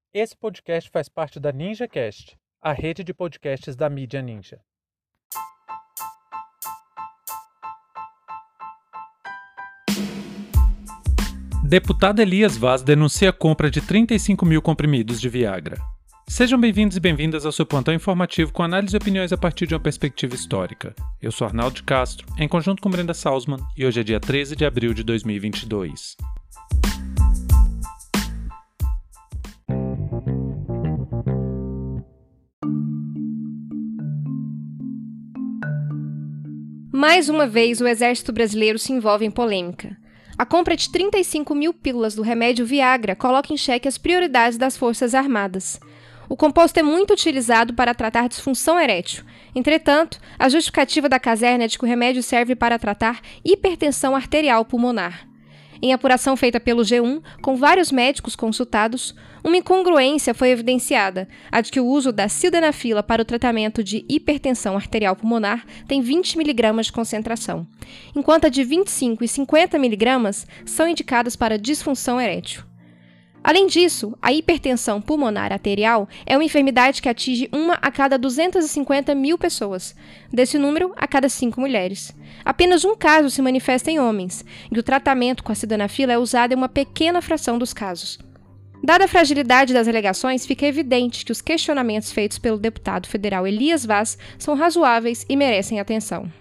Esse podcast faz parte da NinjaCast, a rede de podcasts da mídia Ninja. Deputado Elias Vaz denuncia a compra de 35 mil comprimidos de Viagra. Sejam bem-vindos e bem-vindas ao seu plantão informativo com análise e opiniões a partir de uma perspectiva histórica. Eu sou Arnaldo de Castro, em conjunto com Brenda Salzman, e hoje é dia 13 de abril de 2022. Mais uma vez, o Exército Brasileiro se envolve em polêmica. A compra de 35 mil pílulas do remédio Viagra coloca em xeque as prioridades das Forças Armadas. O composto é muito utilizado para tratar disfunção erétil. Entretanto, a justificativa da caserna é de que o remédio serve para tratar hipertensão arterial pulmonar. Em apuração feita pelo G1, com vários médicos consultados, uma incongruência foi evidenciada, a de que o uso da sildenafila para o tratamento de hipertensão arterial pulmonar tem 20 mg de concentração, enquanto a de 25 e 50 mg são indicadas para disfunção erétil. Além disso, a hipertensão pulmonar arterial é uma enfermidade que atinge uma a cada 250 mil pessoas, desse número, a cada 5 mulheres. Apenas um caso se manifesta em homens, e o tratamento com a sildenafila é usado em uma pequena fração dos casos. Dada a fragilidade das alegações, fica evidente que os questionamentos feitos pelo deputado federal Elias Vaz são razoáveis e merecem atenção.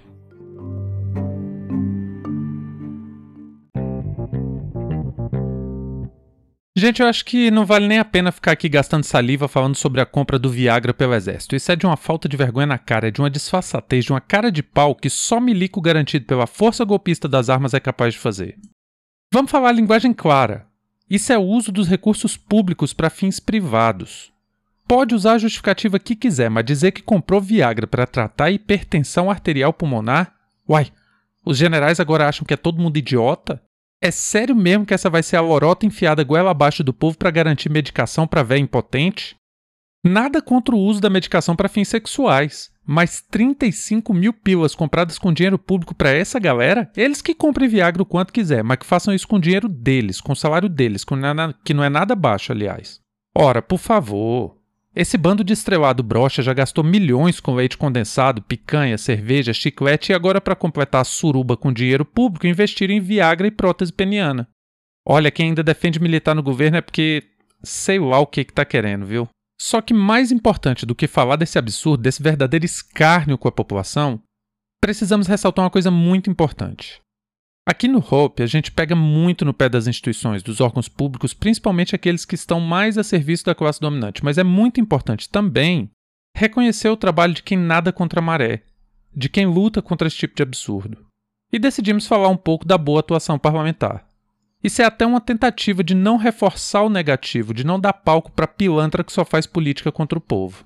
Gente, eu acho que não vale nem a pena ficar aqui gastando saliva falando sobre a compra do Viagra pelo Exército. Isso é de uma falta de vergonha na cara, é de uma disfarçatez, de uma cara de pau que só milico garantido pela força golpista das armas é capaz de fazer. Vamos falar a linguagem clara. Isso é o uso dos recursos públicos para fins privados. Pode usar a justificativa que quiser, mas dizer que comprou Viagra para tratar hipertensão arterial pulmonar? Uai, os generais agora acham que é todo mundo idiota? É sério mesmo que essa vai ser a lorota enfiada goela abaixo do povo para garantir medicação para véia impotente? Nada contra o uso da medicação para fins sexuais, mas 35 mil pílulas compradas com dinheiro público para essa galera? Eles que comprem Viagra o quanto quiser, mas que façam isso com dinheiro deles, com o salário deles, que não é nada baixo, aliás. Ora, por favor. Esse bando de estrelado broxa já gastou milhões com leite condensado, picanha, cerveja, chiclete e agora para completar a suruba com dinheiro público investiram em Viagra e prótese peniana. Olha, quem ainda defende militar no governo é porque sei lá o que tá querendo, viu? Só que mais importante do que falar desse absurdo, desse verdadeiro escárnio com a população, precisamos ressaltar uma coisa muito importante. Aqui no Hope, a gente pega muito no pé das instituições, dos órgãos públicos, principalmente aqueles que estão mais a serviço da classe dominante, mas é muito importante também reconhecer o trabalho de quem nada contra a maré, de quem luta contra esse tipo de absurdo. E decidimos falar um pouco da boa atuação parlamentar. Isso é até uma tentativa de não reforçar o negativo, de não dar palco para pilantra que só faz política contra o povo.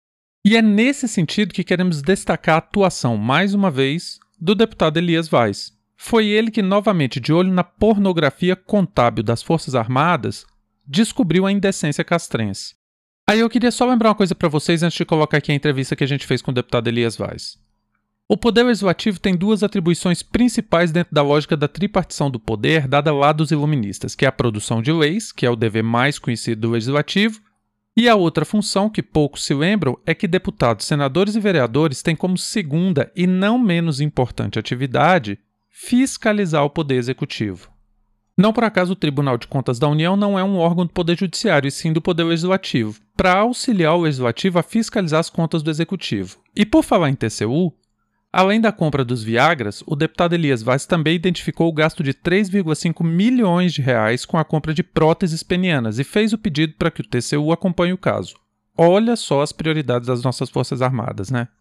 E é nesse sentido que queremos destacar a atuação, mais uma vez, do deputado Elias Vaz. Foi ele que, novamente de olho na pornografia contábil das Forças Armadas, descobriu a indecência castrense. Aí eu queria só lembrar uma coisa para vocês antes de colocar aqui a entrevista que a gente fez com o deputado Elias Vaz. O Poder Legislativo tem duas atribuições principais dentro da lógica da tripartição do poder dada lá dos iluministas, que é a produção de leis, que é o dever mais conhecido do Legislativo, e a outra função, que poucos se lembram, é que deputados, senadores e vereadores têm como segunda e não menos importante atividade fiscalizar o Poder Executivo. Não por acaso o Tribunal de Contas da União não é um órgão do Poder Judiciário, e sim do Poder Legislativo, para auxiliar o Legislativo a fiscalizar as contas do Executivo. E por falar em TCU, além da compra dos Viagras, o deputado Elias Vaz também identificou o gasto de 3,5 milhões de reais com a compra de próteses penianas e fez o pedido para que o TCU acompanhe o caso. Olha só as prioridades das nossas Forças Armadas, né?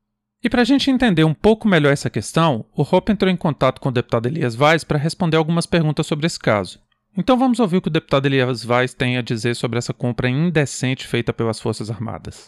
E para a gente entender um pouco melhor essa questão, o Hope entrou em contato com o deputado Elias Vaz para responder algumas perguntas sobre esse caso. Então vamos ouvir o que o deputado Elias Vaz tem a dizer sobre essa compra indecente feita pelas Forças Armadas.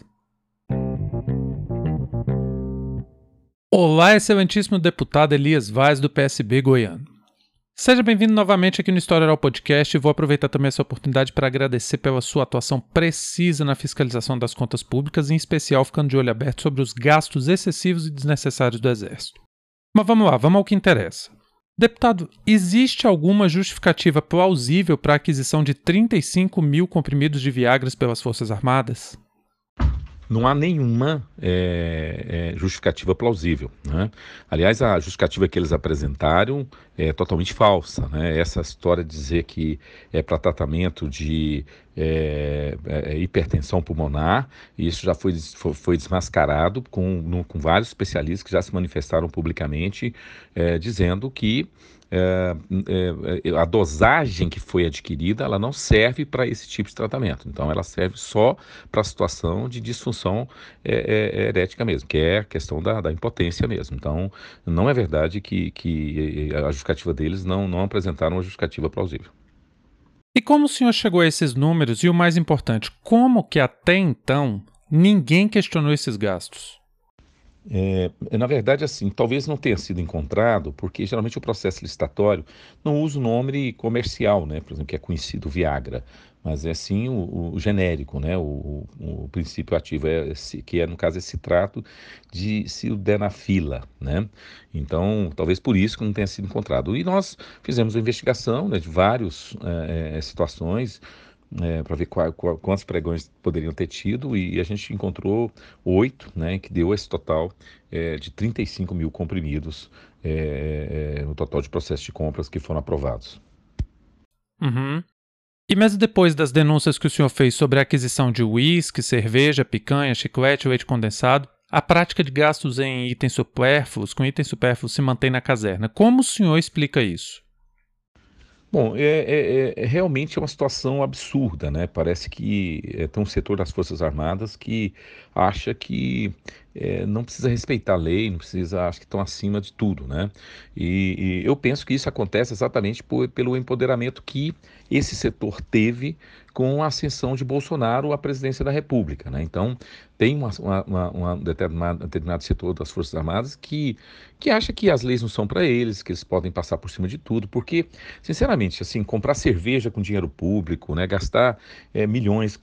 Olá, excelentíssimo deputado Elias Vaz, do PSB goiano. Seja bem-vindo novamente aqui no História Oral Podcast e vou aproveitar também essa oportunidade para agradecer pela sua atuação precisa na fiscalização das contas públicas, em especial ficando de olho aberto sobre os gastos excessivos e desnecessários do Exército. Mas vamos lá, vamos ao que interessa. Deputado, existe alguma justificativa plausível para a aquisição de 35 mil comprimidos de Viagras pelas Forças Armadas? Não há nenhuma justificativa plausível, né? Aliás, a justificativa que eles apresentaram é totalmente falsa, né? Essa história de dizer que é para tratamento de hipertensão pulmonar, isso já foi desmascarado com vários especialistas que já se manifestaram publicamente, dizendo que a dosagem que foi adquirida, ela não serve para esse tipo de tratamento. Então, ela serve só para a situação de disfunção erética mesmo, que é a questão da impotência mesmo. Então, não é verdade que a justificativa deles não apresentaram uma justificativa plausível. E como o senhor chegou a esses números e, o mais importante, como que até então ninguém questionou esses gastos? Na verdade, assim, talvez não tenha sido encontrado, porque geralmente o processo licitatório não usa o nome comercial, né? Por exemplo, que é conhecido Viagra, mas é sim o genérico, né? O princípio ativo, que é, no caso, esse citrato de sildenafila, né? Então, talvez por isso que não tenha sido encontrado. E nós fizemos uma investigação, né, de várias situações, para ver quantos pregões poderiam ter tido, e a gente encontrou 8, né, que deu esse total de 35 mil comprimidos no total de processos de compras que foram aprovados. Uhum. E mesmo depois das denúncias que o senhor fez sobre a aquisição de uísque, cerveja, picanha, chiclete, leite condensado, a prática de gastos em itens supérfluos, com itens supérfluos, se mantém na caserna. Como o senhor explica isso? Bom, realmente é uma situação absurda, né? Parece que tem um setor das Forças Armadas que acha que não precisa respeitar a lei, não precisa, acha que estão acima de tudo, né? E eu penso que isso acontece exatamente pelo empoderamento que esse setor teve com a ascensão de Bolsonaro à presidência da República, né? Então, tem um determinado setor das Forças Armadas que acha que as leis não são para eles, que eles podem passar por cima de tudo, porque, sinceramente, assim, comprar cerveja com dinheiro público, né, gastar milhões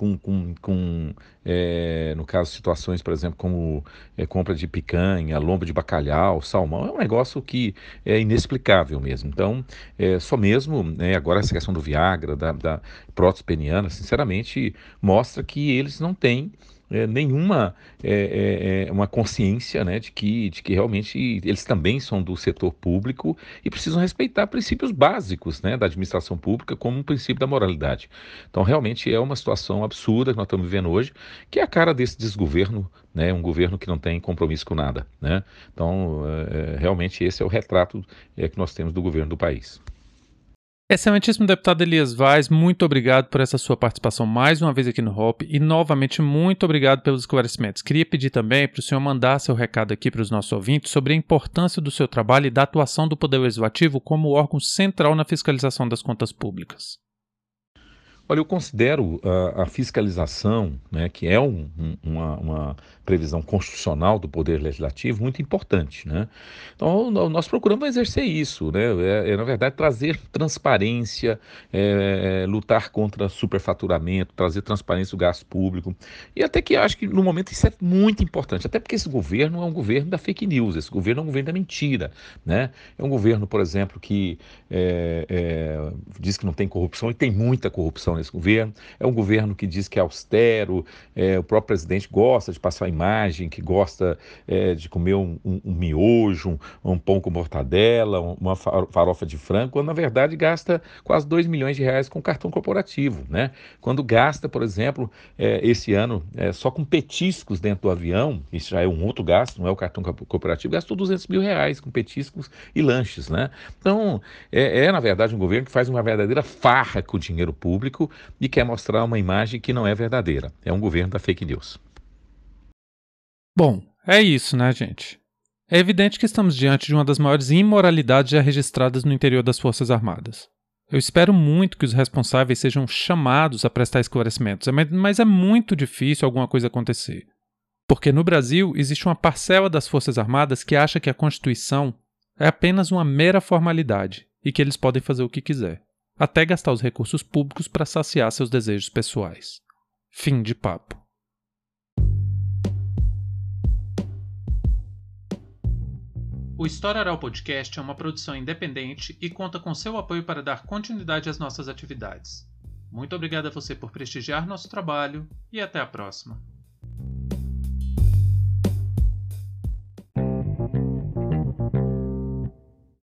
no caso, situações, por exemplo, como compra de picanha, lomba de bacalhau, salmão, é um negócio que é inexplicável mesmo. Então, só mesmo, né, agora essa questão do Viagra, da prótese peniana, sinceramente, mostra que eles não têm nenhuma uma consciência, né, de que realmente eles também são do setor público e precisam respeitar princípios básicos, né, da administração pública, como o princípio da moralidade. Então, realmente é uma situação absurda que nós estamos vivendo hoje, que é a cara desse desgoverno, né, um governo que não tem compromisso com nada, né? Então, realmente esse é o retrato que nós temos do governo do país. Excelentíssimo deputado Elias Vaz, muito obrigado por essa sua participação mais uma vez aqui no HOP e novamente muito obrigado pelos esclarecimentos. Queria pedir também para o senhor mandar seu recado aqui para os nossos ouvintes sobre a importância do seu trabalho e da atuação do Poder Legislativo como órgão central na fiscalização das contas públicas. Olha, eu considero a fiscalização, né, que é uma previsão constitucional do Poder Legislativo, muito importante, né? Então, nós procuramos exercer isso, né? Na verdade, trazer transparência, lutar contra superfaturamento, trazer transparência do gasto público. E até que acho que, no momento, isso é muito importante, até porque esse governo é um governo da fake news, esse governo é um governo da mentira, né? É um governo, por exemplo, que diz que não tem corrupção e tem muita corrupção nesse governo. É um governo que diz que é austero, o próprio presidente gosta de passar a imagem, que gosta de comer um miojo, um pão com mortadela, uma farofa de frango, quando na verdade gasta quase 2 milhões de reais com cartão corporativo, né? Quando gasta, por exemplo, esse ano, só com petiscos dentro do avião, isso já é um outro gasto, não é o cartão corporativo, gastou 200 mil reais com petiscos e lanches, né? Então, na verdade, um governo que faz uma verdadeira farra com o dinheiro público e quer mostrar uma imagem que não é verdadeira. É um governo da fake news. Bom, é isso, né, gente? É evidente que estamos diante de uma das maiores imoralidades já registradas no interior das Forças Armadas. Eu espero muito que os responsáveis sejam chamados a prestar esclarecimentos, mas é muito difícil alguma coisa acontecer. Porque no Brasil existe uma parcela das Forças Armadas que acha que a Constituição é apenas uma mera formalidade e que eles podem fazer o que quiser, até gastar os recursos públicos para saciar seus desejos pessoais. Fim de papo. O História Oral Podcast é uma produção independente e conta com seu apoio para dar continuidade às nossas atividades. Muito obrigado a você por prestigiar nosso trabalho e até a próxima.